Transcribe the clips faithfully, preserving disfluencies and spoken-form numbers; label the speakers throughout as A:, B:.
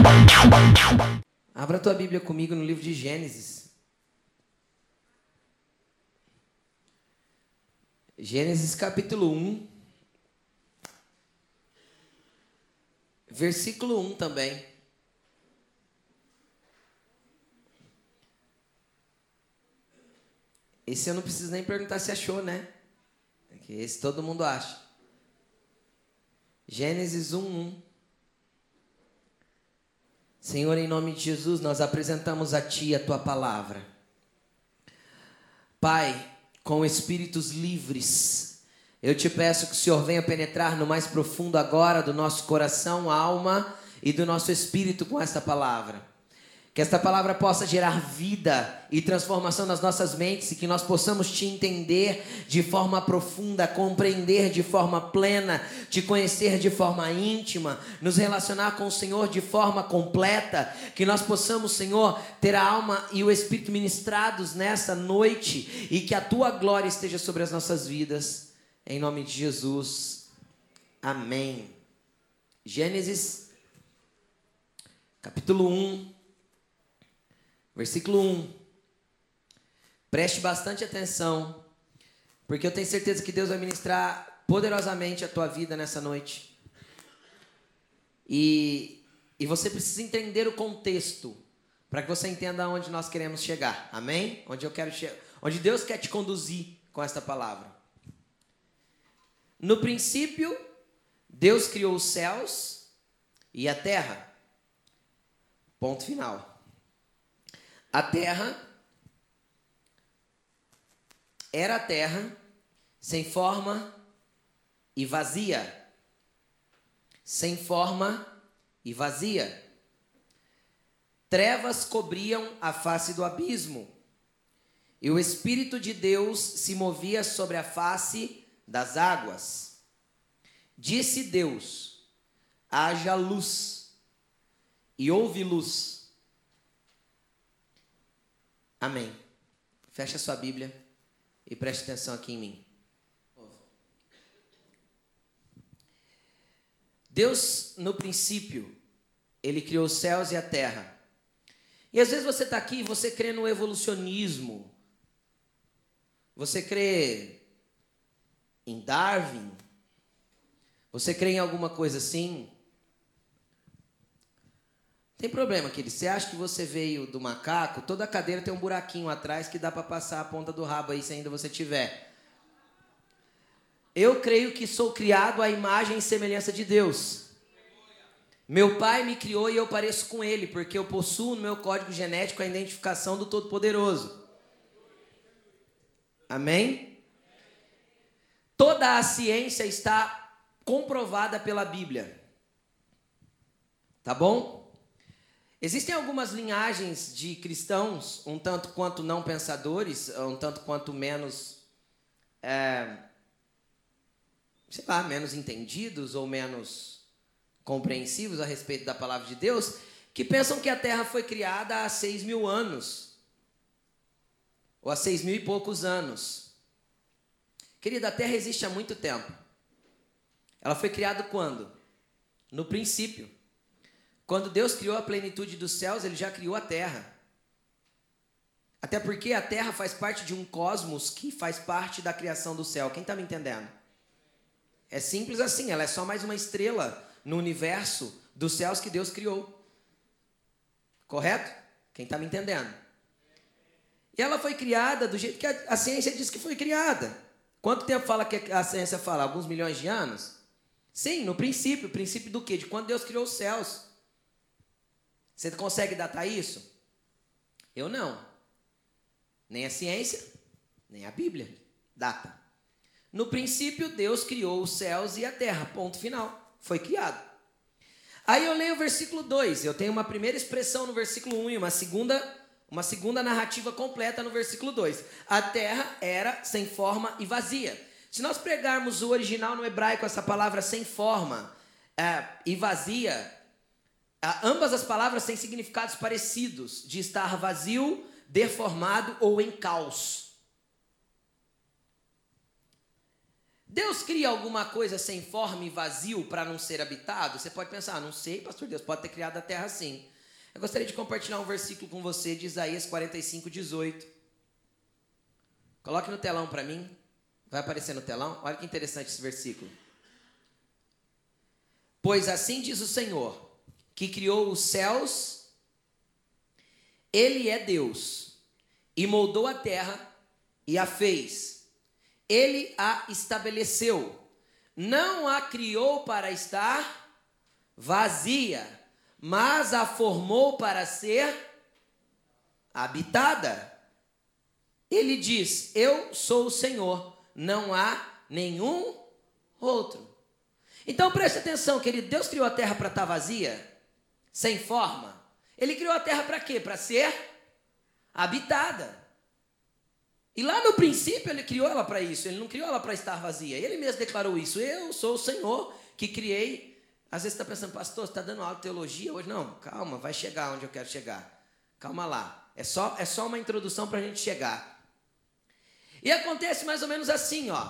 A: Abra a tua Bíblia comigo no livro de Gênesis. Gênesis capítulo um. Versículo um também. Esse eu não preciso nem perguntar se achou, né? Esse todo mundo acha. Gênesis um, um. Senhor, em nome de Jesus, nós apresentamos a Ti a Tua palavra. Pai, com espíritos livres, eu te peço que o Senhor venha penetrar no mais profundo agora do nosso coração, alma e do nosso espírito com esta palavra. Que esta palavra possa gerar vida e transformação nas nossas mentes e que nós possamos Te entender de forma profunda, compreender de forma plena, Te conhecer de forma íntima, nos relacionar com o Senhor de forma completa, que nós possamos, Senhor, ter a alma e o espírito ministrados nessa noite e que a Tua glória esteja sobre as nossas vidas, em nome de Jesus. Amém. Gênesis, capítulo um. Versículo um, preste bastante atenção, porque eu tenho certeza que Deus vai ministrar poderosamente a tua vida nessa noite. E, e você precisa entender o contexto, para que você entenda aonde nós queremos chegar, amém? Onde eu quero chegar, onde Deus quer te conduzir com esta palavra. No princípio, Deus criou os céus e a terra. Ponto final. A terra era a terra sem forma e vazia. Sem forma e vazia. Trevas cobriam a face do abismo, e o Espírito de Deus se movia sobre a face das águas. Disse Deus: haja luz, e houve luz. Amém. Feche a sua Bíblia e preste atenção aqui em mim. Deus, no princípio, Ele criou os céus e a terra. E às vezes você está aqui e você crê no evolucionismo. Você crê em Darwin. Você crê em alguma coisa assim. Tem problema, querido. Você acha que você veio do macaco? Toda cadeira tem um buraquinho atrás que dá para passar a ponta do rabo aí, se ainda você tiver. Eu creio que sou criado à imagem e semelhança de Deus. Meu pai me criou e eu pareço com ele, porque eu possuo no meu código genético a identificação do Todo-Poderoso. Amém? Toda a ciência está comprovada pela Bíblia. Tá bom? Existem algumas linhagens de cristãos, um tanto quanto não pensadores, um tanto quanto menos, é, sei lá, menos entendidos ou menos compreensivos a respeito da palavra de Deus, que pensam que a Terra foi criada há seis mil anos, ou há seis mil e poucos anos. Querida, a Terra existe há muito tempo. Ela foi criada quando? No princípio. Quando Deus criou a plenitude dos céus, Ele já criou a terra. Até porque a terra faz parte de um cosmos que faz parte da criação do céu. Quem está me entendendo? É simples assim, ela é só mais uma estrela no universo dos céus que Deus criou. Correto? Quem está me entendendo? E ela foi criada do jeito que a, a ciência diz que foi criada. Quanto tempo fala que a ciência fala? Alguns milhões de anos? Sim, no princípio. O princípio do quê? De quando Deus criou os céus. Você consegue datar isso? Eu não. Nem a ciência, nem a Bíblia data. No princípio, Deus criou os céus e a terra. Ponto final. Foi criado. Aí eu leio o versículo dois. Eu tenho uma primeira expressão no versículo um e uma segunda, uma segunda narrativa completa no versículo dois. A terra era sem forma e vazia. Se nós pegarmos o original no hebraico, essa palavra sem forma é, e vazia, ambas as palavras têm significados parecidos, de estar vazio, deformado ou em caos. Deus cria alguma coisa sem forma e vazio para não ser habitado? Você pode pensar, ah, não sei, pastor, Deus pode ter criado a terra assim. Eu gostaria de compartilhar um versículo com você de Isaías quarenta e cinco, dezoito. Coloque no telão para mim. Vai aparecer no telão? Olha que interessante esse versículo. Pois assim diz o Senhor, que criou os céus, Ele é Deus, e moldou a terra e a fez. Ele a estabeleceu, não a criou para estar vazia, mas a formou para ser habitada. Ele diz, eu sou o Senhor, não há nenhum outro. Então preste atenção, querido, Deus criou a terra para estar vazia, sem forma. Ele criou a terra para quê? Para ser habitada. E lá no princípio ele criou ela para isso, ele não criou ela para estar vazia. Ele mesmo declarou isso, eu sou o Senhor que criei. Às vezes você está pensando, pastor, você está dando aula de teologia hoje? Não, calma, vai chegar onde eu quero chegar. Calma lá, é só, é só uma introdução para a gente chegar. E acontece mais ou menos assim, ó.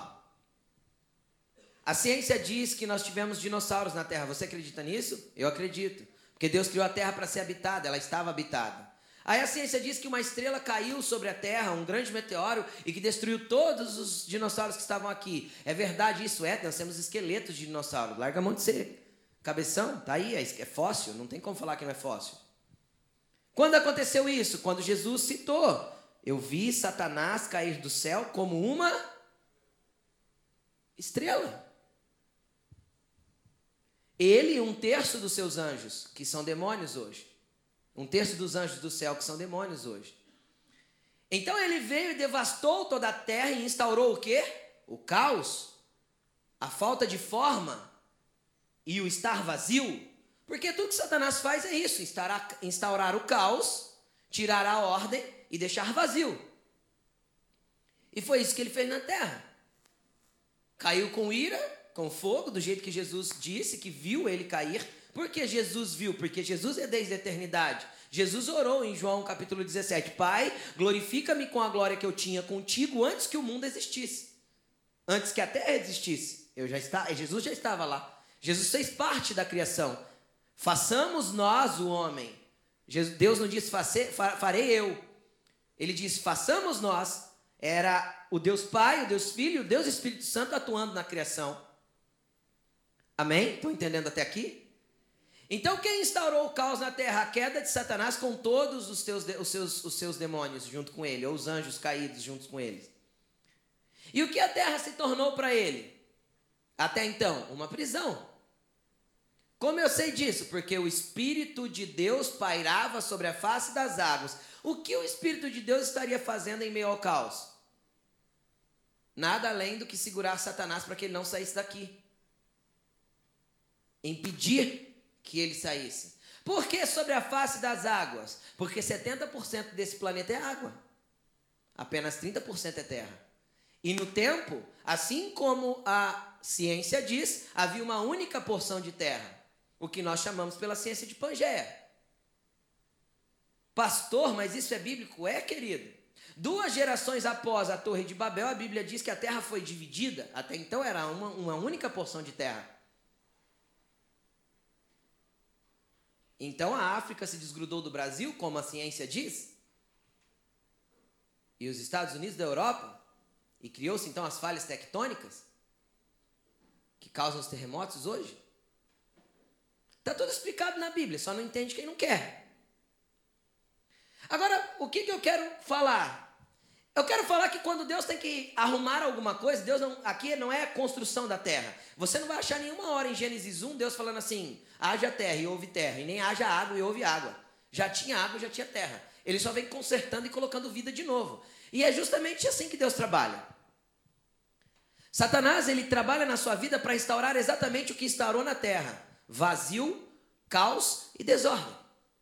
A: A ciência diz que nós tivemos dinossauros na Terra, você acredita nisso? Eu acredito, porque Deus criou a Terra para ser habitada, ela estava habitada. Aí a ciência diz que uma estrela caiu sobre a Terra, um grande meteoro, e que destruiu todos os dinossauros que estavam aqui. É verdade isso? É, nós temos esqueletos de dinossauro. Larga a mão de ser cabeção, tá aí, é fóssil, não tem como falar que não é fóssil. Quando aconteceu isso? Quando Jesus citou, eu vi Satanás cair do céu como uma estrela. Ele e um terço dos seus anjos, que são demônios hoje. Um terço dos anjos do céu que são demônios hoje. Então ele veio e devastou toda a terra e instaurou o quê? O caos, a falta de forma e o estar vazio. Porque tudo que Satanás faz é isso, instaurar, instaurar o caos, tirar a ordem e deixar vazio. E foi isso que ele fez na terra. Caiu com ira, com fogo, do jeito que Jesus disse, que viu ele cair. Por que Jesus viu? Porque Jesus é desde a eternidade. Jesus orou em João capítulo dezessete. Pai, glorifica-me com a glória que eu tinha contigo antes que o mundo existisse. Antes que a terra existisse. Eu já está, Jesus já estava lá. Jesus fez parte da criação. Façamos nós o homem. Deus não disse farei eu. Ele disse façamos nós. Era o Deus Pai, o Deus Filho, o Deus Espírito Santo atuando na criação. Amém? Estão entendendo até aqui? Então quem instaurou o caos na terra? A queda de Satanás com todos os, teus, os, seus, os seus demônios junto com ele, ou os anjos caídos junto com eles. E o que a terra se tornou para ele? Até então, uma prisão. Como eu sei disso? Porque o Espírito de Deus pairava sobre a face das águas. O que o Espírito de Deus estaria fazendo em meio ao caos? Nada além do que segurar Satanás para que ele não saísse daqui. Impedir que ele saísse. Por que sobre a face das águas? Porque setenta por cento desse planeta é água. Apenas trinta por cento é terra. E no tempo, assim como a ciência diz, havia uma única porção de terra. O que nós chamamos pela ciência de Pangeia. Pastor, mas isso é bíblico? É, querido. Duas gerações após a Torre de Babel, a Bíblia diz que a terra foi dividida. Até então era uma, uma única porção de terra. Então a África se desgrudou do Brasil, como a ciência diz, e os Estados Unidos da Europa, e criou-se então as falhas tectônicas, que causam os terremotos hoje. Está tudo explicado na Bíblia, só não entende quem não quer. Agora, o que, que eu quero falar? Eu quero falar que quando Deus tem que arrumar alguma coisa, Deus não, aqui não é a construção da terra. Você não vai achar nenhuma hora em Gênesis um, Deus falando assim, haja terra e houve terra, e nem haja água e houve água. Já tinha água, já tinha terra. Ele só vem consertando e colocando vida de novo. E é justamente assim que Deus trabalha. Satanás, ele trabalha na sua vida para instaurar exatamente o que instaurou na terra. Vazio, caos e desordem.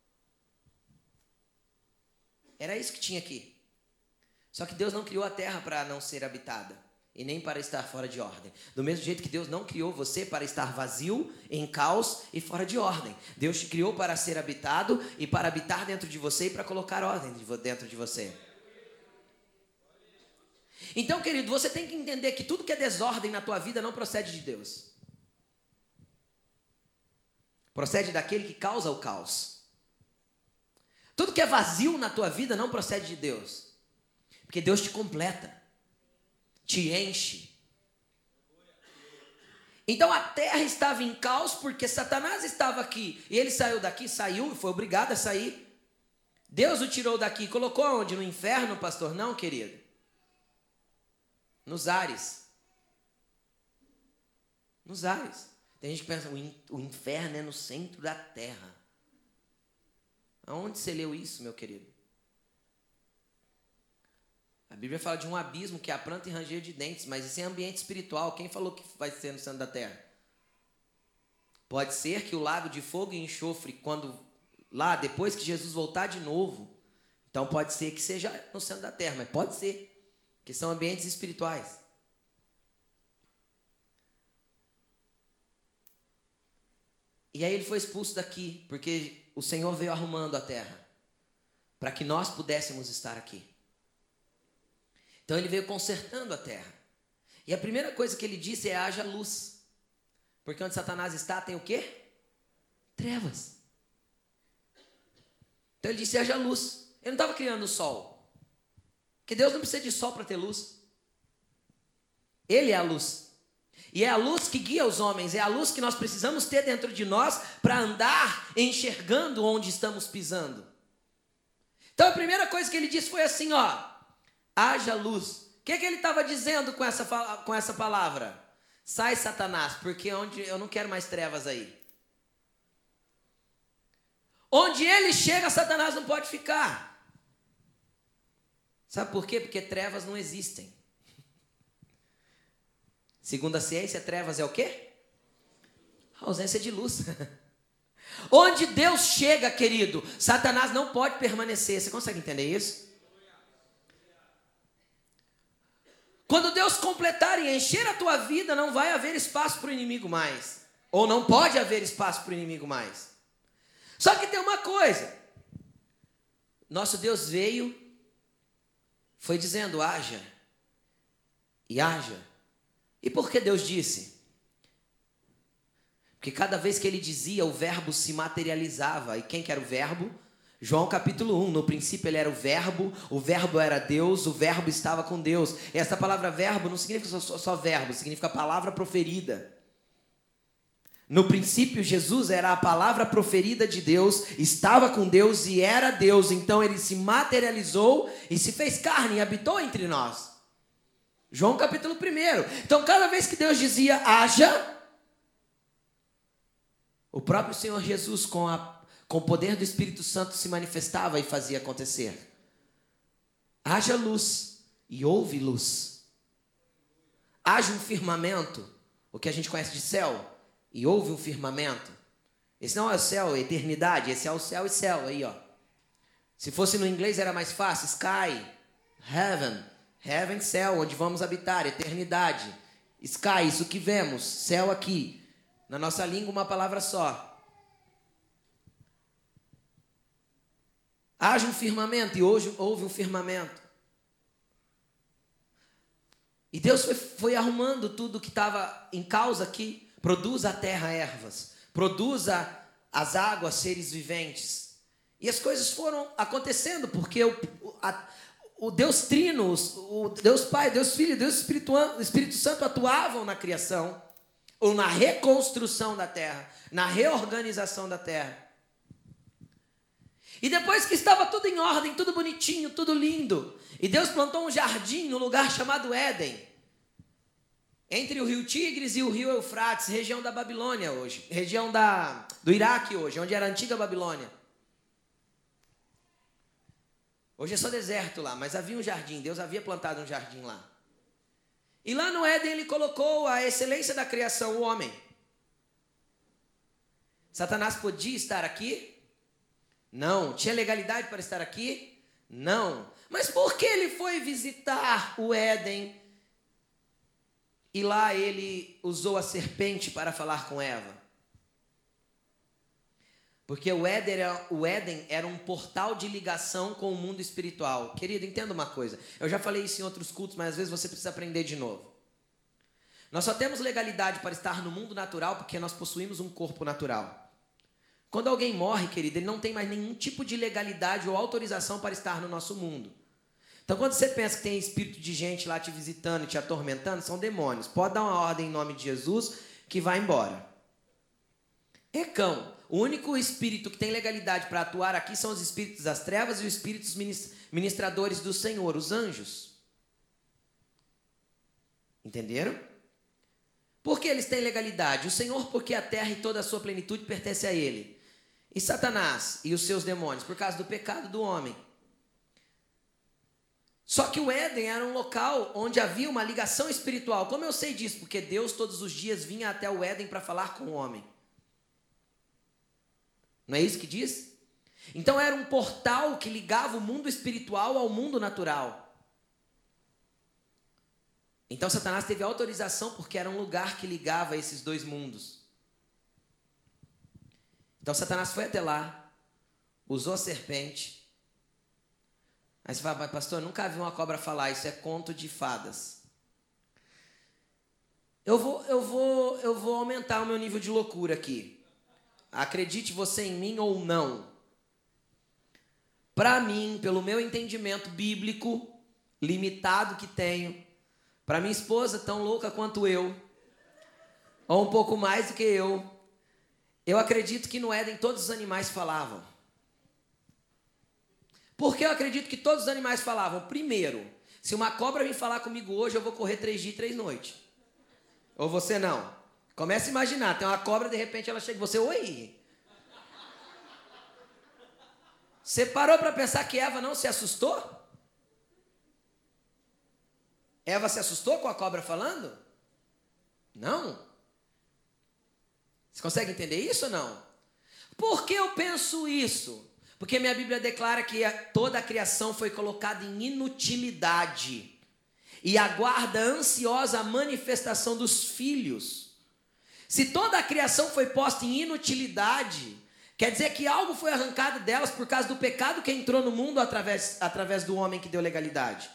A: Era isso que tinha aqui. Só que Deus não criou a terra para não ser habitada e nem para estar fora de ordem. Do mesmo jeito que Deus não criou você para estar vazio, em caos e fora de ordem. Deus te criou para ser habitado e para habitar dentro de você e para colocar ordem dentro de você. Então, querido, você tem que entender que tudo que é desordem na tua vida não procede de Deus. Procede daquele que causa o caos. Tudo que é vazio na tua vida não procede de Deus. Porque Deus te completa, te enche. Então a terra estava em caos porque Satanás estava aqui. E ele saiu daqui, saiu e foi obrigado a sair. Deus o tirou daqui e colocou onde? No inferno, pastor? Não, querido. Nos ares. Nos ares. Tem gente que pensa, o inferno é no centro da terra. Aonde você leu isso, meu querido? A Bíblia fala de um abismo que é a planta e ranger de dentes, mas isso é ambiente espiritual. Quem falou que vai ser no centro da terra? Pode ser que o lago de fogo e enxofre, quando lá, depois que Jesus voltar de novo, então pode ser que seja no centro da terra, mas pode ser, que são ambientes espirituais. E aí ele foi expulso daqui, porque o Senhor veio arrumando a terra, para que nós pudéssemos estar aqui. Então ele veio consertando a terra. E a primeira coisa que ele disse é: haja luz. Porque onde Satanás está tem o quê? Trevas. Então ele disse: haja luz. Ele não estava criando o sol. Porque Deus não precisa de sol para ter luz. Ele é a luz. E é a luz que guia os homens. É a luz que nós precisamos ter dentro de nós para andar enxergando onde estamos pisando. Então a primeira coisa que ele disse foi assim, ó: haja luz. O que, que ele estava dizendo com essa, com essa palavra? Sai, Satanás, porque onde eu não quero mais trevas aí. Onde ele chega, Satanás não pode ficar. Sabe por quê? Porque trevas não existem. Segundo a ciência, trevas é o quê? A ausência de luz. Onde Deus chega, querido, Satanás não pode permanecer. Você consegue entender isso? Quando Deus completar e encher a tua vida, não vai haver espaço para o inimigo mais. Ou não pode haver espaço para o inimigo mais. Só que tem uma coisa. Nosso Deus veio, foi dizendo: haja. E haja. E por que Deus disse? Porque cada vez que ele dizia, o verbo se materializava. E quem que era o verbo? João capítulo um, no princípio ele era o verbo, o verbo era Deus, o verbo estava com Deus. E essa palavra verbo não significa só, só verbo, significa palavra proferida. No princípio Jesus era a palavra proferida de Deus, estava com Deus e era Deus. Então ele se materializou e se fez carne e habitou entre nós. João capítulo um. Então cada vez que Deus dizia haja, o próprio Senhor Jesus com a Com o poder do Espírito Santo se manifestava e fazia acontecer. Haja luz e houve luz. Haja um firmamento, o que a gente conhece de céu, e houve um firmamento. Esse não é o céu, é eternidade, esse é o céu e céu, aí ó. Se fosse no inglês era mais fácil, sky, heaven, heaven, céu, onde vamos habitar, eternidade. Sky, isso que vemos, céu aqui. Na nossa língua uma palavra só. Haja um firmamento, e hoje houve um firmamento. E Deus foi, foi arrumando tudo que estava em causa aqui. Produza a terra ervas, produza as águas seres viventes. E as coisas foram acontecendo, porque o, a, o Deus Trino, o Deus Pai, Deus Filho, Deus Espírito, Espírito Santo atuavam na criação, ou na reconstrução da terra, na reorganização da terra. E depois que estava tudo em ordem, tudo bonitinho, tudo lindo, e Deus plantou um jardim no lugar chamado Éden, entre o rio Tigres e o rio Eufrates, região da Babilônia hoje, região da, do Iraque hoje, onde era a antiga Babilônia. Hoje é só deserto lá, mas havia um jardim, Deus havia plantado um jardim lá. E lá no Éden ele colocou a excelência da criação, o homem. Satanás podia estar aqui? Não. Tinha legalidade para estar aqui? Não. Mas por que ele foi visitar o Éden e lá ele usou a serpente para falar com Eva? Porque o Éden, era, o Éden era um portal de ligação com o mundo espiritual. Querido, entenda uma coisa. Eu já falei isso em outros cultos, mas às vezes você precisa aprender de novo. Nós só temos legalidade para estar no mundo natural porque nós possuímos um corpo natural. Quando alguém morre, querido, ele não tem mais nenhum tipo de legalidade ou autorização para estar no nosso mundo. Então, quando você pensa que tem espírito de gente lá te visitando e te atormentando, são demônios. Pode dar uma ordem em nome de Jesus que vai embora. Ecão, o único espírito que tem legalidade para atuar aqui são os espíritos das trevas e os espíritos ministradores do Senhor, os anjos. Entenderam? Por que eles têm legalidade? O Senhor, porque a terra e toda a sua plenitude pertence a Ele. E Satanás e os seus demônios, por causa do pecado do homem. Só que o Éden era um local onde havia uma ligação espiritual. Como eu sei disso? Porque Deus todos os dias vinha até o Éden para falar com o homem. Não é isso que diz? Então era um portal que ligava o mundo espiritual ao mundo natural. Então Satanás teve autorização porque era um lugar que ligava esses dois mundos. Então Satanás foi até lá, usou a serpente. Aí você fala, pastor, eu nunca vi uma cobra falar, isso é conto de fadas. Eu vou, eu vou, eu vou aumentar o meu nível de loucura aqui. Acredite você em mim ou não. Para mim, pelo meu entendimento bíblico, limitado que tenho, para minha esposa, tão louca quanto eu, ou um pouco mais do que eu, eu acredito que no Éden todos os animais falavam. Por que eu acredito que todos os animais falavam? Primeiro, se uma cobra vir falar comigo hoje, eu vou correr três dias e três noites. Ou você não. Comece a imaginar, tem uma cobra, de repente ela chega e você, oi. Você parou para pensar que Eva não se assustou? Eva se assustou com a cobra falando? Não. Você consegue entender isso ou não? Por que eu penso isso? Porque minha Bíblia declara que toda a criação foi colocada em inutilidade e aguarda ansiosa a manifestação dos filhos. Se toda a criação foi posta em inutilidade, quer dizer que algo foi arrancado delas por causa do pecado que entrou no mundo através, através do homem que deu legalidade.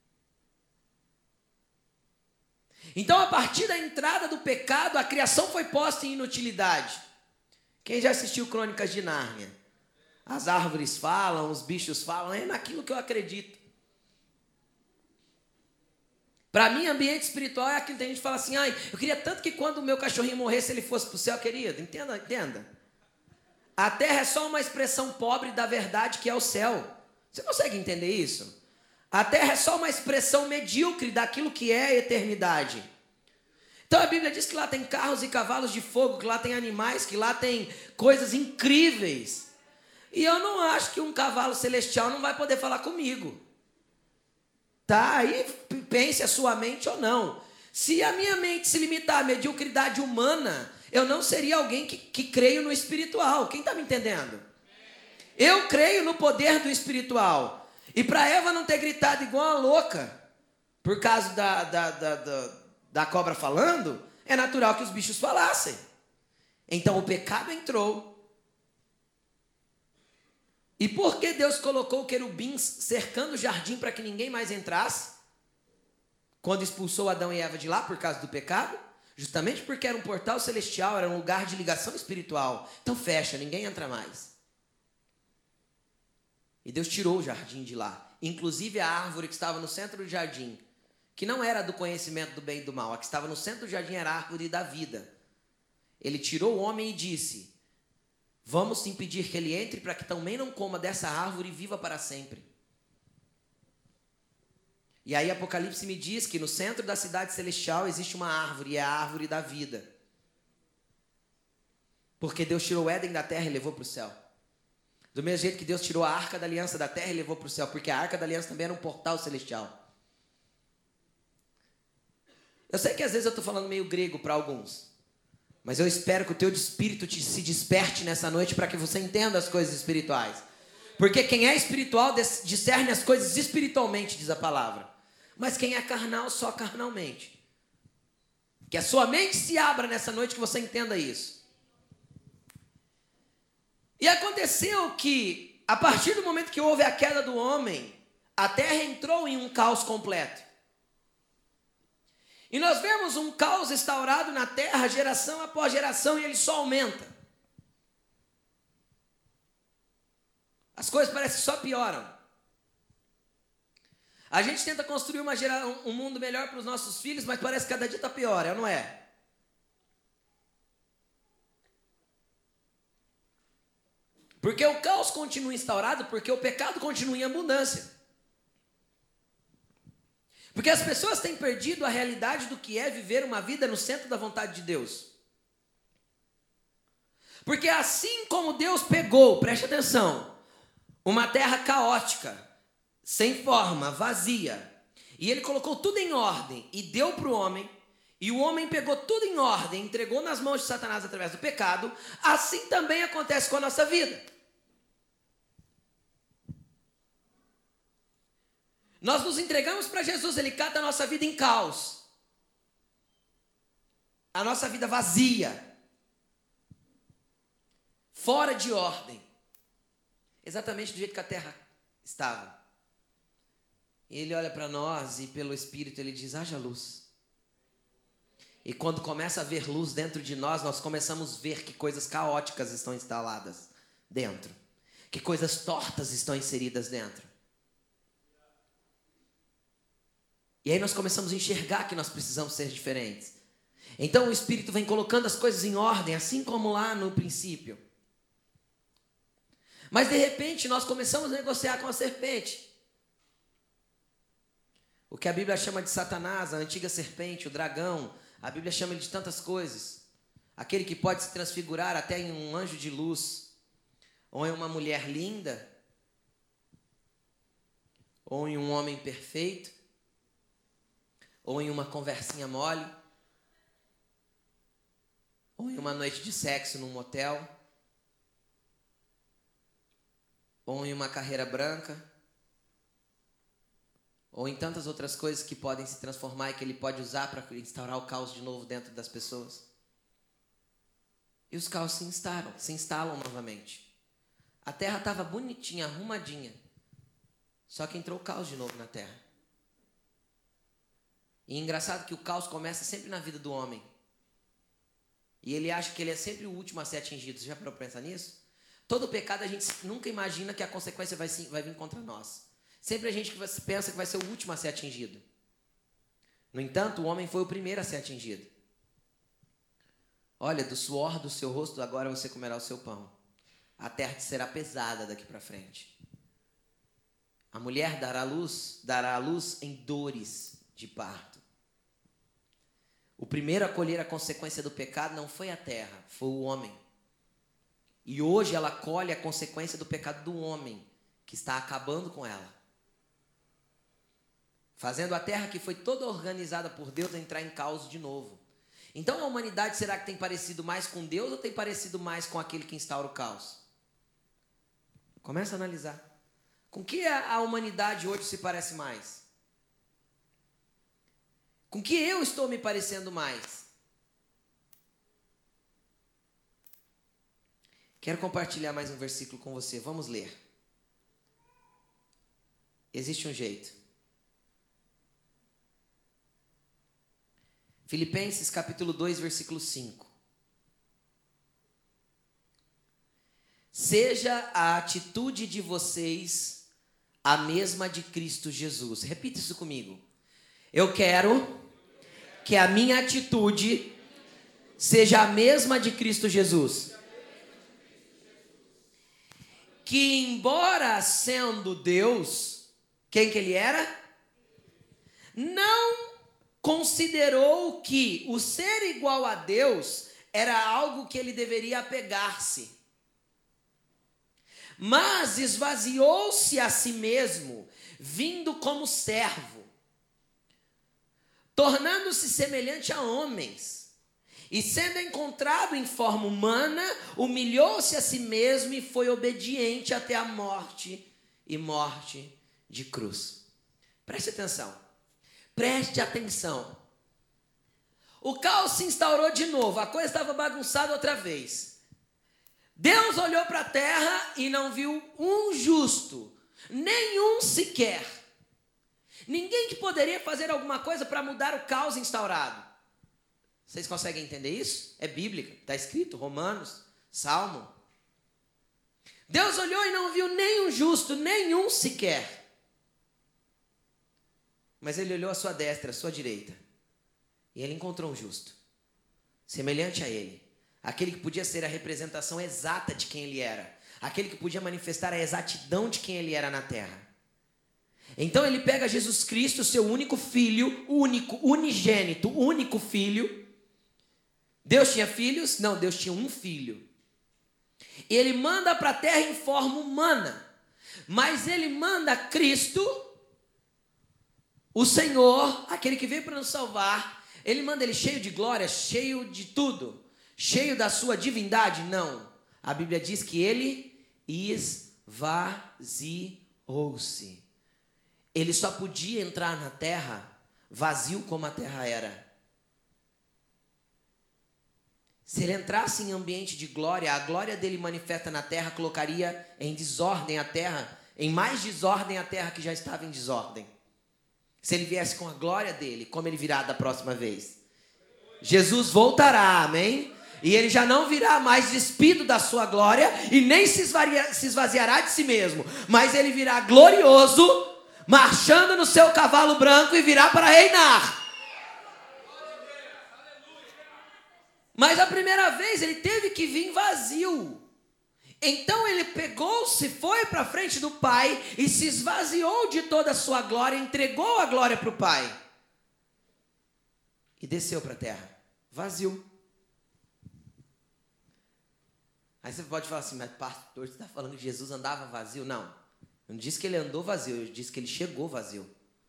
A: Então, a partir da entrada do pecado, a criação foi posta em inutilidade. Quem já assistiu Crônicas de Nárnia? As árvores falam, os bichos falam, é naquilo que eu acredito. Para mim, ambiente espiritual é aquilo que a gente fala assim, ai, eu queria tanto que quando o meu cachorrinho morresse, ele fosse para o céu, querido. Entenda, entenda. A terra é só uma expressão pobre da verdade que é o céu. Você consegue entender isso? A terra é só uma expressão medíocre daquilo que é a eternidade. Então a Bíblia diz que lá tem carros e cavalos de fogo, que lá tem animais, que lá tem coisas incríveis. E eu não acho que um cavalo celestial não vai poder falar comigo. Tá? Aí pense a sua mente ou não. Se a minha mente se limitar à mediocridade humana, eu não seria alguém que, que creio no espiritual. Quem está me entendendo? Eu creio no poder do espiritual. E para Eva não ter gritado igual uma louca, por causa da, da, da, da, da cobra falando, é natural que os bichos falassem. Então o pecado entrou. E por que Deus colocou querubins cercando o jardim para que ninguém mais entrasse? Quando expulsou Adão e Eva de lá por causa do pecado? Justamente porque era um portal celestial, era um lugar de ligação espiritual. Então fecha, ninguém entra mais. E Deus tirou o jardim de lá. Inclusive a árvore que estava no centro do jardim, que não era do conhecimento do bem e do mal, a que estava no centro do jardim era a árvore da vida. Ele tirou o homem e disse, vamos impedir que ele entre para que também não coma dessa árvore e viva para sempre. E aí Apocalipse me diz que no centro da cidade celestial existe uma árvore, e é a árvore da vida. Porque Deus tirou o Éden da terra e levou para o céu. Do mesmo jeito que Deus tirou a arca da aliança da terra e levou para o céu, porque a arca da aliança também era um portal celestial. Eu sei que às vezes eu estou falando meio grego para alguns, mas eu espero que o teu espírito te, se desperte nessa noite para que você entenda as coisas espirituais. Porque quem é espiritual discerne as coisas espiritualmente, diz a palavra. Mas quem é carnal, só carnalmente. Que a sua mente se abra nessa noite, que você entenda isso. E aconteceu que, a partir do momento que houve a queda do homem, a terra entrou em um caos completo. E nós vemos um caos instaurado na terra, geração após geração, e ele só aumenta. As coisas parecem que só pioram. A gente tenta construir uma gera, um mundo melhor para os nossos filhos, mas parece que cada dia está pior, é ou não é? Porque o caos continua instaurado, porque o pecado continua em abundância. Porque as pessoas têm perdido a realidade do que é viver uma vida no centro da vontade de Deus. Porque assim como Deus pegou, preste atenção, uma terra caótica, sem forma, vazia, e Ele colocou tudo em ordem e deu para o homem, e o homem pegou tudo em ordem, entregou nas mãos de Satanás através do pecado, assim também acontece com a nossa vida. Nós nos entregamos para Jesus, Ele cata a nossa vida em caos. A nossa vida vazia. Fora de ordem. Exatamente do jeito que a terra estava. E Ele olha para nós e pelo Espírito Ele diz, haja luz. E quando começa a haver luz dentro de nós, nós começamos a ver que coisas caóticas estão instaladas dentro. Que coisas tortas estão inseridas dentro. E aí nós começamos a enxergar que nós precisamos ser diferentes. Então o Espírito vem colocando as coisas em ordem, assim como lá no princípio. Mas de repente nós começamos a negociar com a serpente. O que a Bíblia chama de Satanás, a antiga serpente, o dragão. A Bíblia chama ele de tantas coisas. Aquele que pode se transfigurar até em um anjo de luz. Ou em uma mulher linda. Ou em um homem perfeito. Ou em uma conversinha mole, ou em uma noite de sexo num motel, ou em uma carreira branca, ou em tantas outras coisas que podem se transformar e que ele pode usar para instaurar o caos de novo dentro das pessoas. E os caos se instalam, se instalam novamente. A terra estava bonitinha, arrumadinha, só que entrou o caos de novo na terra. E é engraçado que o caos começa sempre na vida do homem. E ele acha que ele é sempre o último a ser atingido. Você já parou para pensar nisso? Todo pecado a gente nunca imagina que a consequência vai, vai vir contra nós. Sempre a gente pensa que vai ser o último a ser atingido. No entanto, o homem foi o primeiro a ser atingido. Olha, do suor do seu rosto agora você comerá o seu pão. A terra te será pesada daqui para frente. A mulher dará luz, dará a luz em dores de parto. O primeiro a colher a consequência do pecado não foi a terra, foi o homem. E hoje ela colhe a consequência do pecado do homem, que está acabando com ela. Fazendo a terra, que foi toda organizada por Deus, entrar em caos de novo. Então a humanidade, será que tem parecido mais com Deus ou tem parecido mais com aquele que instaura o caos? Começa a analisar. Com que a humanidade hoje se parece mais? Com que eu estou me parecendo mais? Quero compartilhar mais um versículo com você. Vamos ler. Existe um jeito. Filipenses capítulo dois, versículo cinco. Seja a atitude de vocês a mesma de Cristo Jesus. Repita isso comigo. Eu quero que a minha atitude seja a mesma de Cristo Jesus. Que embora sendo Deus, quem que ele era? Não considerou que o ser igual a Deus era algo que ele deveria apegar-se. Mas esvaziou-se a si mesmo, vindo como servo, tornando-se semelhante a homens, e sendo encontrado em forma humana, humilhou-se a si mesmo e foi obediente até a morte, e morte de cruz. Preste atenção, preste atenção. O caos se instaurou de novo, a coisa estava bagunçada outra vez. Deus olhou para a terra e não viu um justo, nenhum sequer. Ninguém que poderia fazer alguma coisa para mudar o caos instaurado. Vocês conseguem entender isso? É bíblico, está escrito, Romanos, Salmo. Deus olhou e não viu nenhum justo, nenhum sequer. Mas ele olhou à sua destra, à sua direita. E ele encontrou um justo, semelhante a ele. Aquele que podia ser a representação exata de quem ele era. Aquele que podia manifestar a exatidão de quem ele era na terra. Então ele pega Jesus Cristo, seu único filho, único, unigênito, único filho. Deus tinha filhos? Não, Deus tinha um filho. Ele manda para a terra em forma humana. Mas ele manda Cristo, o Senhor, aquele que veio para nos salvar. Ele manda ele cheio de glória, cheio de tudo. Cheio da sua divindade? Não. A Bíblia diz que ele esvaziou-se. Ele só podia entrar na terra vazio como a terra era. Se ele entrasse em ambiente de glória, a glória dele manifesta na terra colocaria em desordem a terra, em mais desordem a terra que já estava em desordem. Se ele viesse com a glória dele, como ele virá da próxima vez? Jesus voltará, amém? E ele já não virá mais despido da sua glória e nem se, esvaria, se esvaziará de si mesmo. Mas ele virá glorioso, marchando no seu cavalo branco e virá para reinar. Mas a primeira vez ele teve que vir vazio. Então ele pegou-se, foi para frente do Pai e se esvaziou de toda a sua glória, entregou a glória para o Pai. E desceu para a terra, vazio. Aí você pode falar assim, mas pastor, você está falando que Jesus andava vazio? Não, eu não disse que ele andou vazio, eu disse que ele chegou vazio.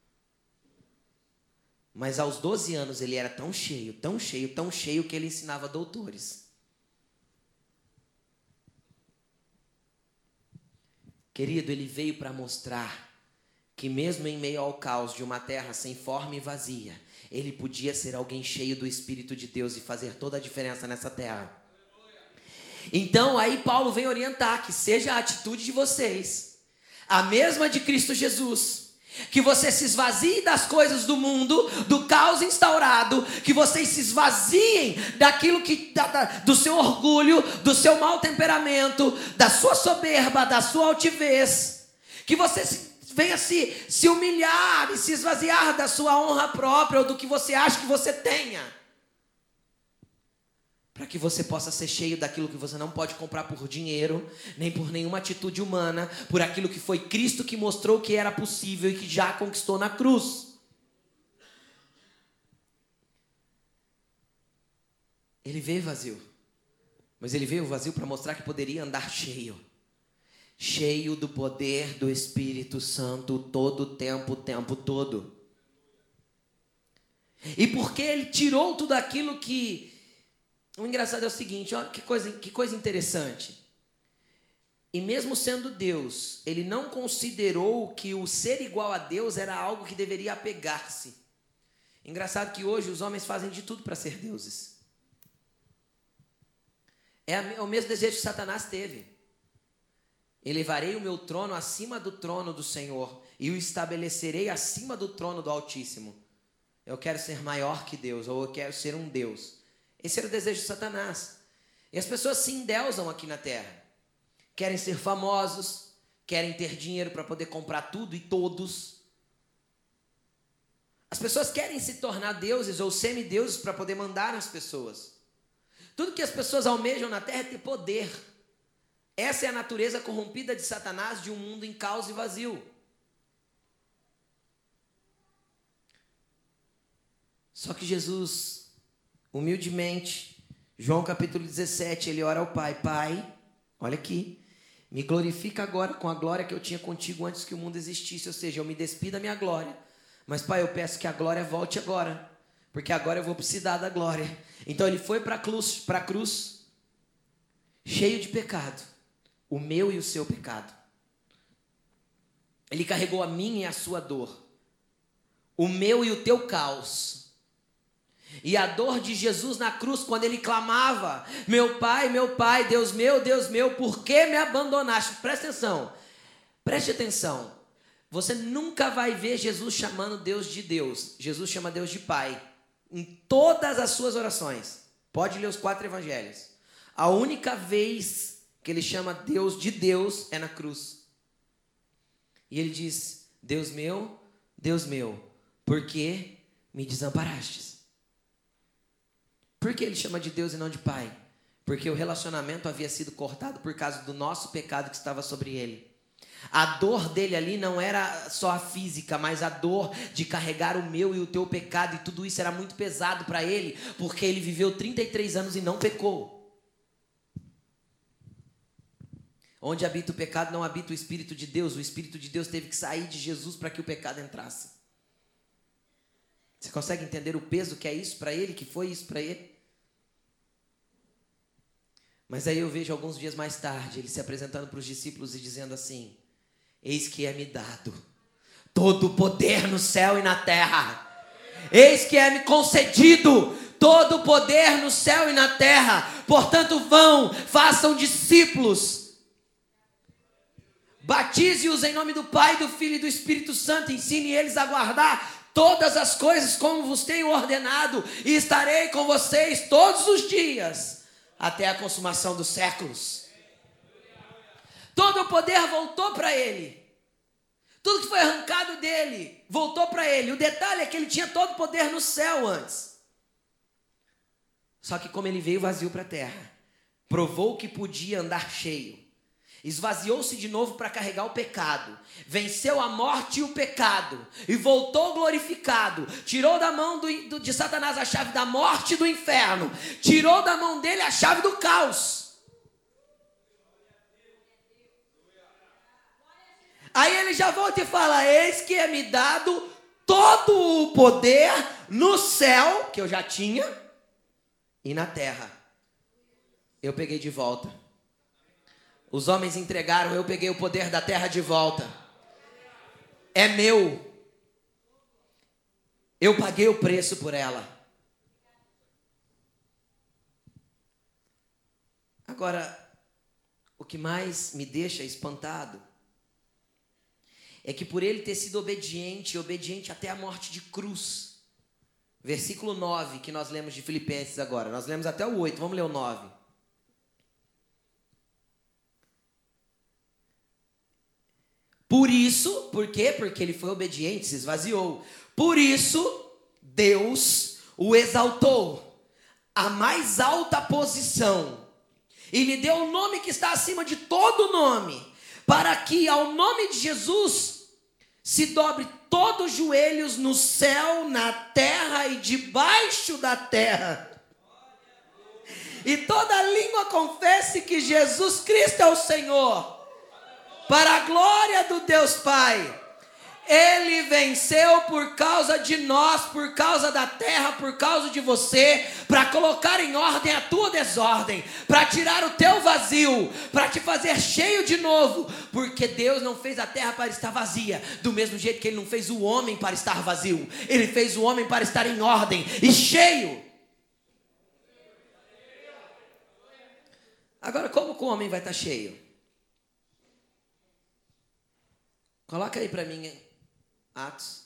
A: Mas aos doze anos ele era tão cheio, tão cheio, tão cheio que ele ensinava doutores. Querido, ele veio para mostrar que mesmo em meio ao caos de uma terra sem forma e vazia, ele podia ser alguém cheio do Espírito de Deus e fazer toda a diferença nessa terra. Então aí Paulo vem orientar que seja a atitude de vocês a mesma de Cristo Jesus, que você se esvazie das coisas do mundo, do caos instaurado, que vocês se esvaziem daquilo que da, da, do seu orgulho, do seu mau temperamento, da sua soberba, da sua altivez, que você se, venha se, se humilhar e se esvaziar da sua honra própria ou do que você acha que você tenha, para que você possa ser cheio daquilo que você não pode comprar por dinheiro, nem por nenhuma atitude humana, por aquilo que foi Cristo que mostrou que era possível e que já conquistou na cruz. Ele veio vazio, mas ele veio vazio para mostrar que poderia andar cheio. Cheio do poder do Espírito Santo todo o tempo, o tempo todo. E porque ele tirou tudo aquilo que... O engraçado é o seguinte, olha que coisa, que coisa interessante. E mesmo sendo Deus, ele não considerou que o ser igual a Deus era algo que deveria apegar-se. Engraçado que hoje os homens fazem de tudo para ser deuses. É, a, é o mesmo desejo que Satanás teve. Elevarei o meu trono acima do trono do Senhor e o estabelecerei acima do trono do Altíssimo. Eu quero ser maior que Deus, ou eu quero ser um Deus. Esse era o desejo de Satanás. E as pessoas se endeusam aqui na terra. Querem ser famosos, querem ter dinheiro para poder comprar tudo e todos. As pessoas querem se tornar deuses ou semideuses para poder mandar nas pessoas. Tudo que as pessoas almejam na terra é ter poder. Essa é a natureza corrompida de Satanás de um mundo em caos e vazio. Só que Jesus... humildemente, João capítulo dezessete, ele ora ao Pai, Pai, olha aqui, me glorifica agora com a glória que eu tinha contigo antes que o mundo existisse, ou seja, eu me despido da minha glória, mas Pai, eu peço que a glória volte agora, porque agora eu vou precisar da glória. Então ele foi para a cruz, para a cruz, cheio de pecado, o meu e o seu pecado. Ele carregou a minha e a sua dor, o meu e o teu caos. E a dor de Jesus na cruz, quando ele clamava: meu pai, meu pai, Deus meu, Deus meu, por que me abandonaste? Presta atenção, preste atenção. Você nunca vai ver Jesus chamando Deus de Deus. Jesus chama Deus de Pai em todas as suas orações. Pode ler os quatro evangelhos. A única vez que ele chama Deus de Deus é na cruz. E ele diz: Deus meu, Deus meu, por que me desamparastes? Por que ele chama de Deus e não de Pai? Porque o relacionamento havia sido cortado por causa do nosso pecado que estava sobre ele. A dor dele ali não era só a física, mas a dor de carregar o meu e o teu pecado, e tudo isso era muito pesado para ele, porque ele viveu trinta e três anos e não pecou. Onde habita o pecado, não habita o Espírito de Deus. O Espírito de Deus teve que sair de Jesus para que o pecado entrasse. Você consegue entender o peso que é isso para ele, que foi isso para ele? Mas aí eu vejo alguns dias mais tarde, ele se apresentando para os discípulos e dizendo assim: eis que é-me dado todo o poder no céu e na terra. Eis que é-me concedido todo o poder no céu e na terra. Portanto, vão, façam discípulos. Batize-os em nome do Pai, do Filho e do Espírito Santo. Ensine eles a guardar todas as coisas como vos tenho ordenado. E estarei com vocês todos os dias, até a consumação dos séculos. Todo o poder voltou para ele. Tudo que foi arrancado dele voltou para ele. O detalhe é que ele tinha todo o poder no céu antes. Só que como ele veio vazio para a terra, provou que podia andar cheio, esvaziou-se de novo para carregar o pecado, venceu a morte e o pecado, e voltou glorificado, tirou da mão do, do, de Satanás a chave da morte e do inferno, tirou da mão dele a chave do caos. Aí ele já volta e fala: eis que é-me dado todo o poder no céu, que eu já tinha, e na terra. Eu peguei de volta. Os homens entregaram, eu peguei o poder da terra de volta. É meu. Eu paguei o preço por ela. Agora, o que mais me deixa espantado é que por ele ter sido obediente, obediente até a morte de cruz. Versículo nove, que nós lemos de Filipenses agora. Nós lemos até o oito, vamos ler o nove. Por isso, por quê? Porque ele foi obediente, se esvaziou. Por isso, Deus o exaltou à mais alta posição e lhe deu o nome que está acima de todo nome, para que ao nome de Jesus se dobre todos os joelhos no céu, na terra e debaixo da terra, e toda língua confesse que Jesus Cristo é o Senhor, para a glória do Deus Pai. Ele venceu por causa de nós, por causa da terra, por causa de você, para colocar em ordem a tua desordem, para tirar o teu vazio, para te fazer cheio de novo, porque Deus não fez a terra para estar vazia, do mesmo jeito que Ele não fez o homem para estar vazio. Ele fez o homem para estar em ordem e cheio. Agora, como que o homem vai estar cheio? Coloca aí para mim, Atos.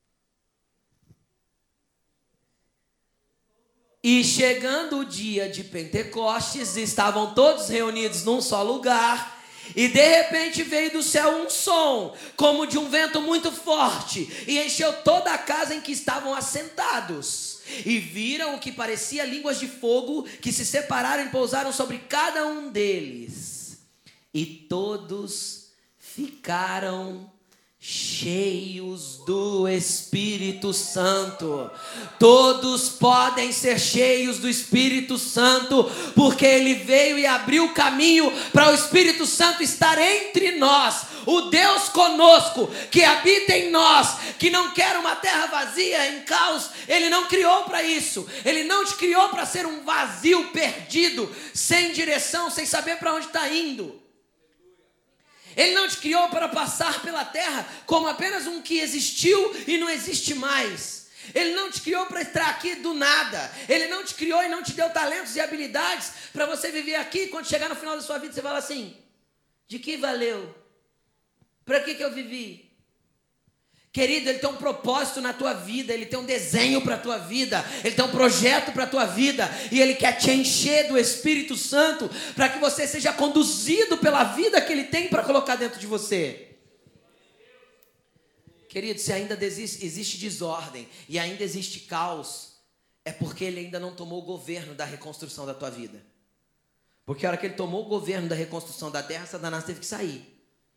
A: E chegando o dia de Pentecostes, estavam todos reunidos num só lugar, e de repente veio do céu um som, como de um vento muito forte, e encheu toda a casa em que estavam assentados. E viram o que parecia línguas de fogo, que se separaram e pousaram sobre cada um deles. E todos ficaram cheios do Espírito Santo. Todos podem ser cheios do Espírito Santo, porque Ele veio e abriu o caminho para o Espírito Santo estar entre nós. O Deus conosco, que habita em nós, que não quer uma terra vazia, em caos. Ele não criou para isso. Ele não te criou para ser um vazio perdido, sem direção, sem saber para onde está indo. Ele não te criou para passar pela terra como apenas um que existiu e não existe mais. Ele não te criou para estar aqui do nada. Ele não te criou e não te deu talentos e habilidades para você viver aqui. Quando chegar no final da sua vida, você fala assim: de que valeu? Para que que eu vivi? Querido, Ele tem um propósito na tua vida, Ele tem um desenho para a tua vida, Ele tem um projeto para a tua vida, e Ele quer te encher do Espírito Santo, para que você seja conduzido pela vida que Ele tem para colocar dentro de você. Querido, se ainda existe, existe desordem, e ainda existe caos, é porque Ele ainda não tomou o governo da reconstrução da tua vida. Porque a hora que Ele tomou o governo da reconstrução da terra, Satanás teve que sair.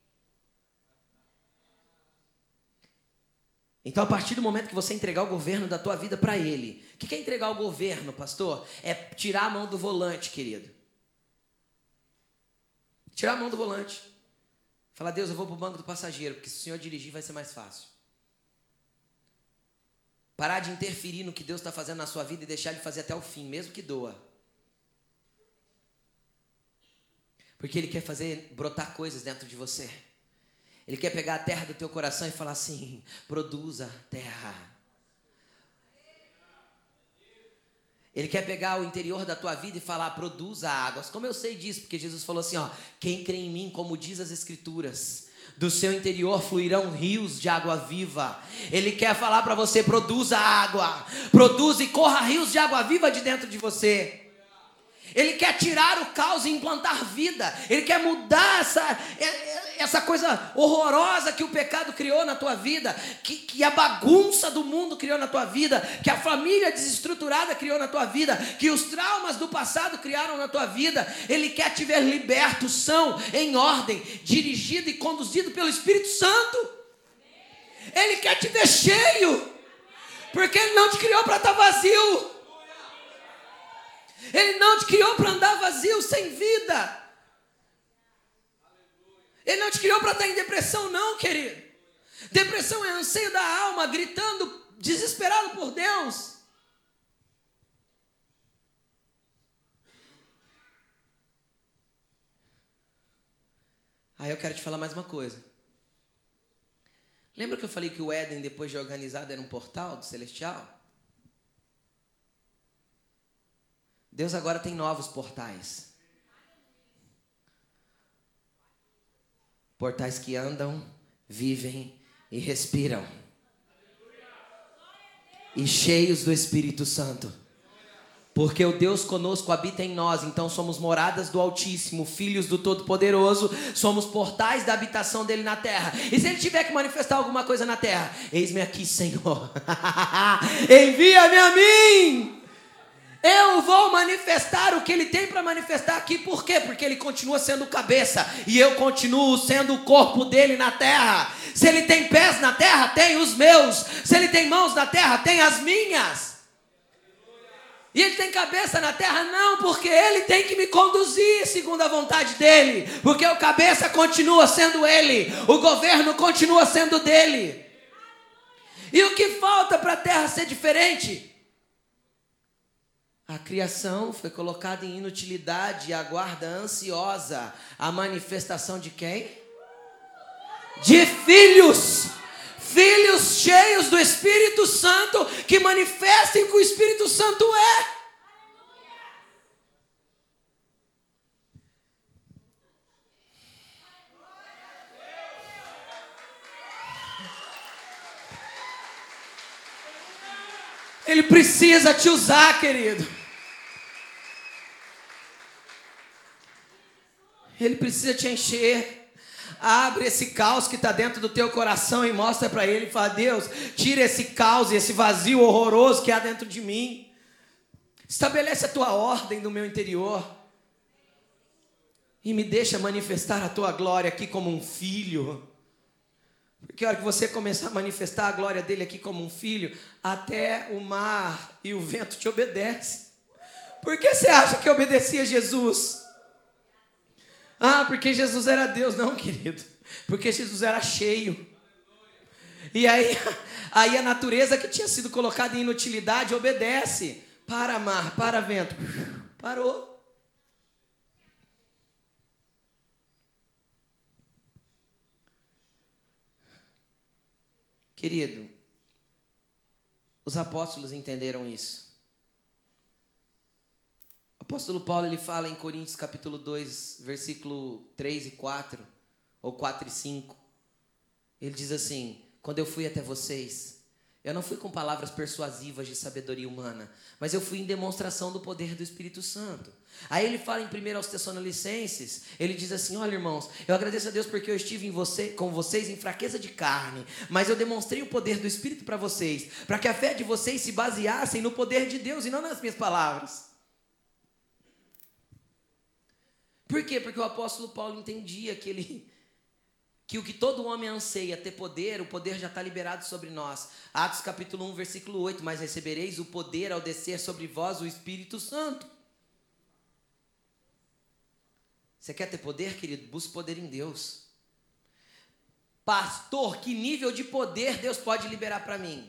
A: Então, a partir do momento que você entregar o governo da tua vida para Ele. O que é entregar o governo, pastor? É tirar a mão do volante, querido. Tirar a mão do volante. Falar: Deus, eu vou para o banco do passageiro, porque se o Senhor dirigir vai ser mais fácil. Parar de interferir no que Deus está fazendo na sua vida e deixar Ele fazer até o fim, mesmo que doa. Porque Ele quer fazer brotar coisas dentro de você. Ele quer pegar a terra do teu coração e falar assim: produza terra. Ele quer pegar o interior da tua vida e falar: produza águas. Como eu sei disso? Porque Jesus falou assim, ó: quem crê em mim, como diz as Escrituras, do seu interior fluirão rios de água viva. Ele quer falar para você: produza água, produza e corra rios de água viva de dentro de você. Ele quer tirar o caos e implantar vida. Ele quer mudar essa, essa coisa horrorosa que o pecado criou na tua vida, que, que a bagunça do mundo criou na tua vida, que a família desestruturada criou na tua vida, que os traumas do passado criaram na tua vida. Ele quer te ver liberto, são, em ordem, dirigido e conduzido pelo Espírito Santo. Ele quer te ver cheio, porque Ele não te criou para estar vazio. Ele não te criou para andar vazio, sem vida. Ele não te criou para estar em depressão, não, querido. Depressão é anseio da alma, gritando, desesperado por Deus. Aí eu quero te falar mais uma coisa. Lembra que eu falei que o Éden, depois de organizado, era um portal do celestial? Deus agora tem novos portais. Portais que andam, vivem e respiram. E cheios do Espírito Santo. Porque o Deus conosco habita em nós, então somos moradas do Altíssimo, filhos do Todo-Poderoso, somos portais da habitação dele na terra. E se ele tiver que manifestar alguma coisa na terra, eis-me aqui, Senhor. Envia-me a mim. Eu vou manifestar o que Ele tem para manifestar aqui. Por quê? Porque Ele continua sendo o cabeça e eu continuo sendo o corpo dele na terra. Se Ele tem pés na terra, tem os meus. Se Ele tem mãos na terra, tem as minhas. E Ele tem cabeça na terra? Não, porque Ele tem que me conduzir segundo a vontade dEle. Porque o cabeça continua sendo Ele. O governo continua sendo dEle. E o que falta para a terra ser diferente? A criação foi colocada em inutilidade e aguarda ansiosa a manifestação de quem? De filhos. Filhos cheios do Espírito Santo, que manifestem o que o Espírito Santo é. Ele precisa te usar, querido. Ele precisa te encher. Abre esse caos que está dentro do teu coração e mostra para Ele e fala: Deus, tira esse caos e esse vazio horroroso que há dentro de mim. Estabelece a tua ordem no meu interior. E me deixa manifestar a tua glória aqui como um filho. Porque a hora que você começar a manifestar a glória dele aqui como um filho, até o mar e o vento te obedecem. Por que você acha que obedecia a Jesus? Ah, porque Jesus era Deus. Não, querido. Porque Jesus era cheio. E aí, aí a natureza que tinha sido colocada em inutilidade obedece. Para mar, para vento. Parou. Querido, Os apóstolos entenderam isso. O apóstolo Paulo, ele fala em Coríntios capítulo dois, versículo três e quatro, ou quatro e cinco. Ele diz assim: quando eu fui até vocês, eu não fui com palavras persuasivas de sabedoria humana, mas eu fui em demonstração do poder do Espírito Santo. Aí ele fala em primeiro aos Tessalonicenses, ele diz assim: olha, irmãos, eu agradeço a Deus porque eu estive em você, com vocês em fraqueza de carne, mas eu demonstrei o poder do Espírito para vocês, para que a fé de vocês se baseassem no poder de Deus e não nas minhas palavras. Por quê? Porque o apóstolo Paulo entendia que ele... que o que todo homem anseia, ter poder, o poder já está liberado sobre nós. Atos capítulo um, versículo oito, mas recebereis o poder ao descer sobre vós o Espírito Santo. Você quer ter poder, querido? Busque poder em Deus. Pastor, que nível de poder Deus pode liberar para mim?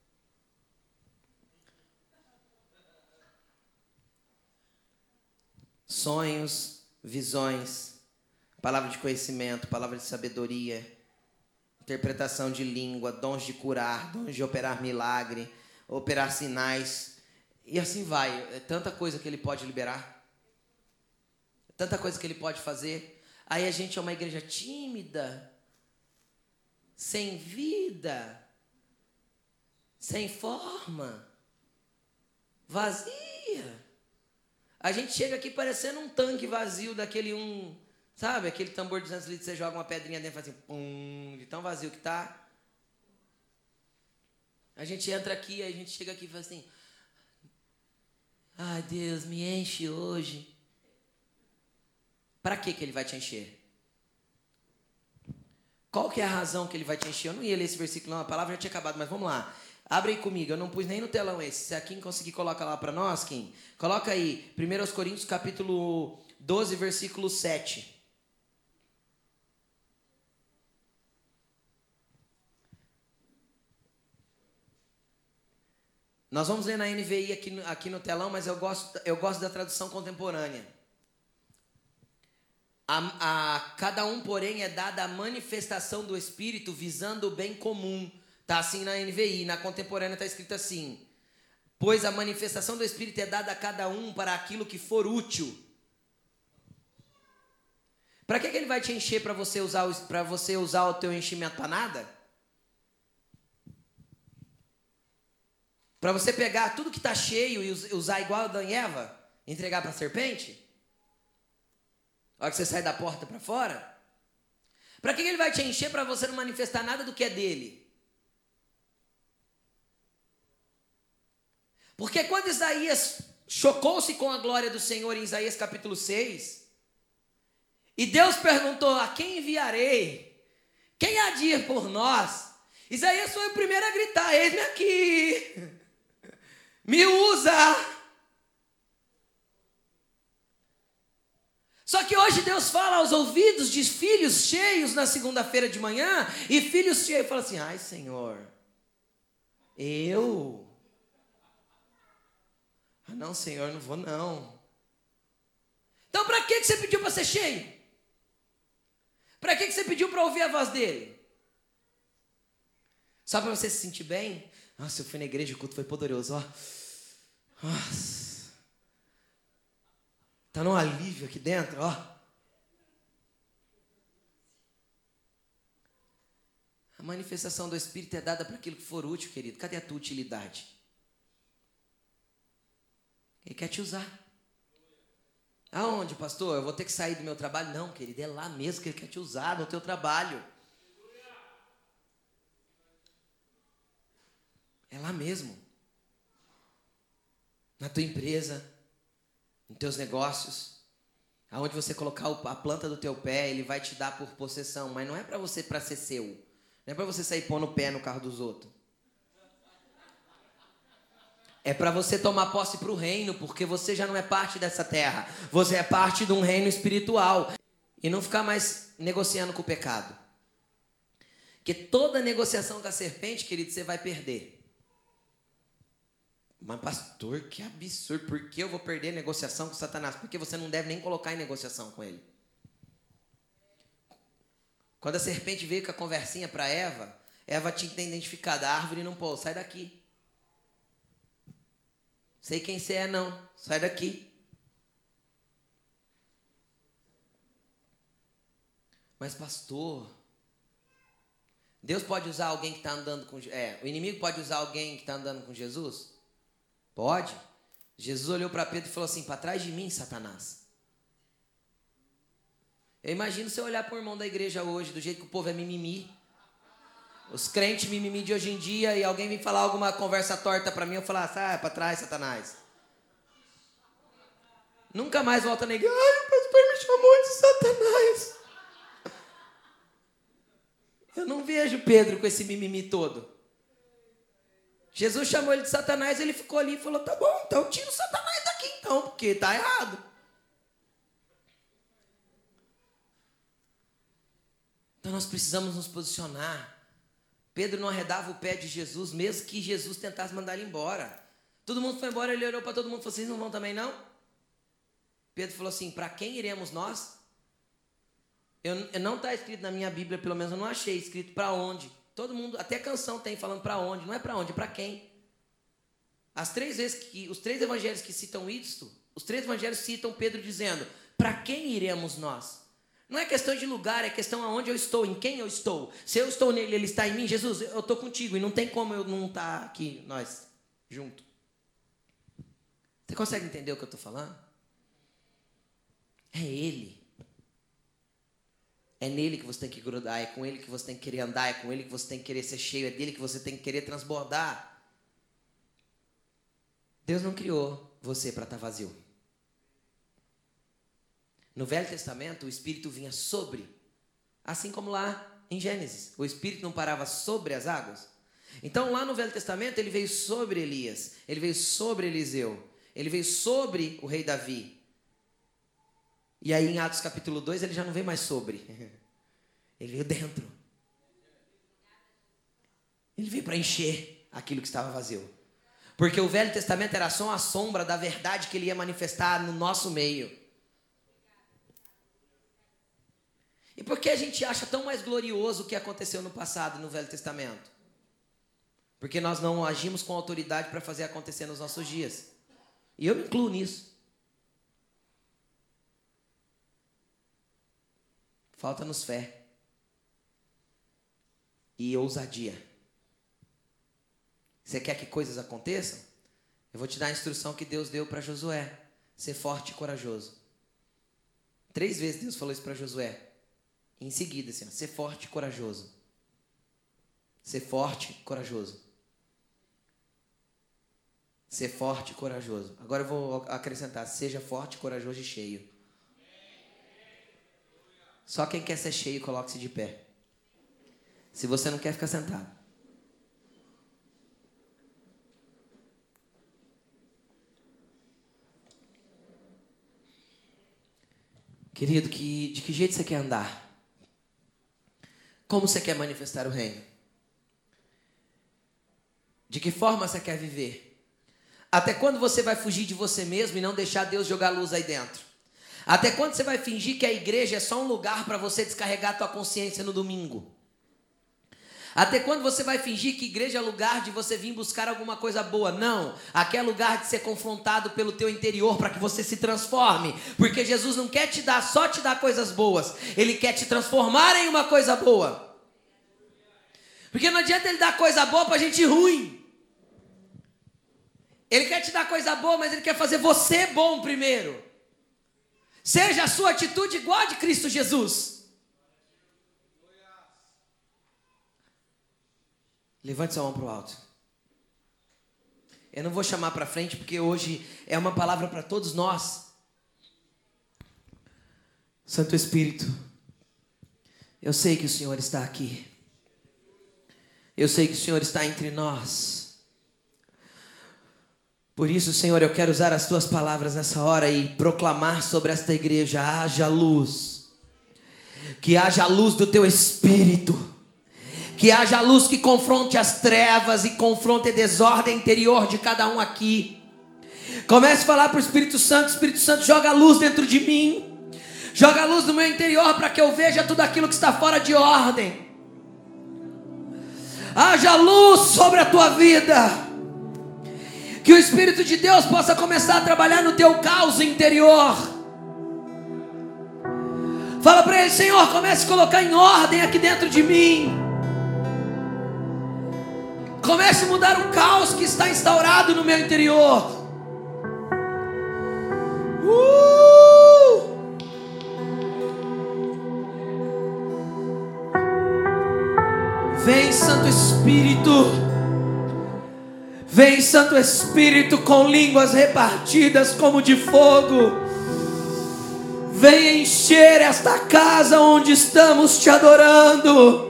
A: Sonhos, visões, palavra de conhecimento, palavra de sabedoria, interpretação de língua, dons de curar, dons de operar milagre, operar sinais, e assim vai. É tanta coisa que ele pode liberar, é tanta coisa que ele pode fazer. Aí a gente é uma igreja tímida, sem vida, sem forma, vazia. A gente chega aqui parecendo um tanque vazio daquele um... Sabe, aquele tambor de duzentos litros, você joga uma pedrinha dentro e faz assim, pum, de tão vazio que tá. A gente entra aqui, a gente chega aqui e fala assim: ai, Deus, me enche hoje. Para que que ele vai te encher? Qual que é a razão que ele vai te encher? Eu não ia ler esse versículo, não, a palavra já tinha acabado, mas vamos lá. Abre aí comigo, eu não pus nem no telão esse. Se a Kim conseguir, coloca lá para nós, Kim. Coloca aí, primeiro Coríntios capítulo doze, versículo sete. Nós vamos ler na N V I aqui no, aqui no telão, mas eu gosto, eu gosto da tradução contemporânea. A, a, cada um, porém, é dada a manifestação do Espírito visando o bem comum. Está assim na N V I, na contemporânea está escrito assim: pois a manifestação do Espírito é dada a cada um para aquilo que for útil. Para que, que ele vai te encher para você usar, para você usar o teu enchimento para nada? Para você pegar tudo que está cheio e usar igual a Adão e Eva? Entregar para a serpente? Na hora que você sai da porta para fora? Para que ele vai te encher para você não manifestar nada do que é dele? Porque quando Isaías chocou-se com a glória do Senhor em Isaías capítulo seis, e Deus perguntou: a quem enviarei? Quem há de ir por nós? Isaías foi o primeiro a gritar: eis-me aqui, me usa. Só que hoje Deus fala aos ouvidos de filhos cheios na segunda-feira de manhã, e filhos cheios falam assim: ai, Senhor, eu? Ah, não, Senhor, não vou não. Então para que você pediu para ser cheio? Para que você pediu para ouvir a voz dele? Só para você se sentir bem? Nossa, eu fui na igreja, o culto foi poderoso, ó. Nossa. Tá num alívio aqui dentro, ó. A manifestação do Espírito é dada para aquilo que for útil, querido. Cadê a tua utilidade? Ele quer te usar. Aonde, pastor? Eu vou ter que sair do meu trabalho? Não, querido, é lá mesmo que ele quer te usar, no teu trabalho. É lá mesmo. Na tua empresa, nos teus negócios, aonde você colocar a planta do teu pé, ele vai te dar por possessão, mas não é para você, para ser seu. Não é para você sair pondo o pé no carro dos outros. É para você tomar posse para o reino, porque você já não é parte dessa terra. Você é parte de um reino espiritual. E não ficar mais negociando com o pecado. Porque toda negociação com a serpente, querido, você vai perder. Mas pastor, que absurdo. Por que eu vou perder negociação com Satanás? Porque você não deve nem colocar em negociação com ele. Quando a serpente veio com a conversinha para Eva, Eva tinha que ter identificado: a árvore não pô, sai daqui. Sei quem você é, não. Sai daqui. Mas pastor, Deus pode usar alguém que está andando com... É, o inimigo pode usar alguém que está andando com Jesus? Pode. Jesus olhou para Pedro e falou assim, para trás de mim, Satanás. Eu imagino você olhar para o irmão da igreja hoje, do jeito que o povo é mimimi. Os crentes mimimi de hoje em dia, e alguém vem falar alguma conversa torta para mim, eu falar, sai para trás, Satanás. Nunca mais volta na igreja. Ai, o pastor me chamou de Satanás. Eu não vejo Pedro com esse mimimi todo. Jesus chamou ele de Satanás, ele ficou ali e falou, tá bom, então tira o Satanás daqui então, porque tá errado. Então nós precisamos nos posicionar. Pedro não arredava o pé de Jesus, mesmo que Jesus tentasse mandar ele embora. Todo mundo foi embora, ele olhou para todo mundo e falou, vocês não vão também não? Pedro falou assim, para quem iremos nós? Eu, eu não está escrito na minha Bíblia, pelo menos eu não achei escrito para onde. Todo mundo, até canção tem falando para onde. Não é para onde, é para quem. As três vezes que, os três evangelhos que citam isso, os três evangelhos citam Pedro dizendo, para quem iremos nós? Não é questão de lugar, é questão aonde eu estou, em quem eu estou. Se eu estou nele, ele está em mim. Jesus, eu estou contigo e não tem como eu não estar aqui, nós, junto. Você consegue entender o que eu estou falando? É ele. É nele que você tem que grudar, é com ele que você tem que querer andar, é com ele que você tem que querer ser cheio, é dele que você tem que querer transbordar. Deus não criou você para estar vazio. No Velho Testamento, o Espírito vinha sobre, assim como lá em Gênesis. O Espírito não parava sobre as águas. Então, lá no Velho Testamento, ele veio sobre Elias, ele veio sobre Eliseu, ele veio sobre o rei Davi. E aí, em Atos capítulo dois, ele já não veio mais sobre. Ele veio dentro. Ele veio para encher aquilo que estava vazio. Porque o Velho Testamento era só uma sombra da verdade que ele ia manifestar no nosso meio. E por que a gente acha tão mais glorioso o que aconteceu no passado, no Velho Testamento? Porque nós não agimos com autoridade para fazer acontecer nos nossos dias. E eu me incluo nisso. Falta-nos fé e ousadia. Você quer que coisas aconteçam? Eu vou te dar a instrução que Deus deu para Josué. Ser forte e corajoso. Três vezes Deus falou isso para Josué. Em seguida, assim, ó, ser forte e corajoso. Ser forte e corajoso. Ser forte e corajoso. Agora eu vou acrescentar, seja forte, corajoso e cheio. Só quem quer ser cheio, coloque-se de pé. Se você não quer, ficar sentado. Querido, que, de que jeito você quer andar? Como você quer manifestar o reino? De que forma você quer viver? Até quando você vai fugir de você mesmo e não deixar Deus jogar luz aí dentro? Até quando você vai fingir que a igreja é só um lugar para você descarregar a tua consciência no domingo? Até quando você vai fingir que igreja é lugar de você vir buscar alguma coisa boa? Não, aqui é lugar de ser confrontado pelo teu interior para que você se transforme. Porque Jesus não quer te dar, só te dar coisas boas. Ele quer te transformar em uma coisa boa. Porque não adianta ele dar coisa boa para gente ruim. Ele quer te dar coisa boa, mas ele quer fazer você bom primeiro. Seja a sua atitude igual a de Cristo Jesus. Levante sua mão para o alto. Eu não vou chamar para frente porque hoje é uma palavra para todos nós. Santo Espírito, eu sei que o Senhor está aqui. Eu sei que o Senhor está entre nós. Por isso, Senhor, eu quero usar as tuas palavras nessa hora e proclamar sobre esta igreja: haja luz, que haja luz do teu Espírito, que haja luz que confronte as trevas e confronte a desordem interior de cada um aqui. Comece a falar para o Espírito Santo: Espírito Santo, joga luz dentro de mim, joga luz no meu interior para que eu veja tudo aquilo que está fora de ordem. Haja luz sobre a tua vida. Que o Espírito de Deus possa começar a trabalhar no teu caos interior. Fala para Ele: Senhor, comece a colocar em ordem aqui dentro de mim. Comece a mudar o caos que está instaurado no meu interior. Uh! Vem, Santo Espírito. Vem, Santo Espírito, com línguas repartidas como de fogo. Vem encher esta casa onde estamos te adorando.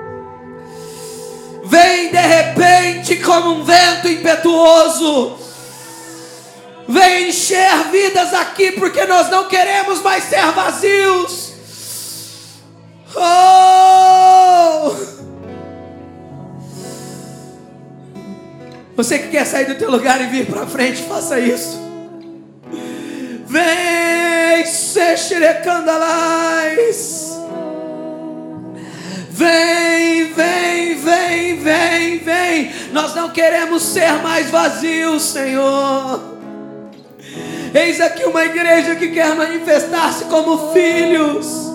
A: Vem de repente como um vento impetuoso. Vem encher vidas aqui, porque nós não queremos mais ser vazios. Oh! Você que quer sair do teu lugar e vir para frente, faça isso. Vem, Sexerecandalais. Vem, vem, vem, vem, vem. Nós não queremos ser mais vazios, Senhor. Eis aqui uma igreja que quer manifestar-se como filhos.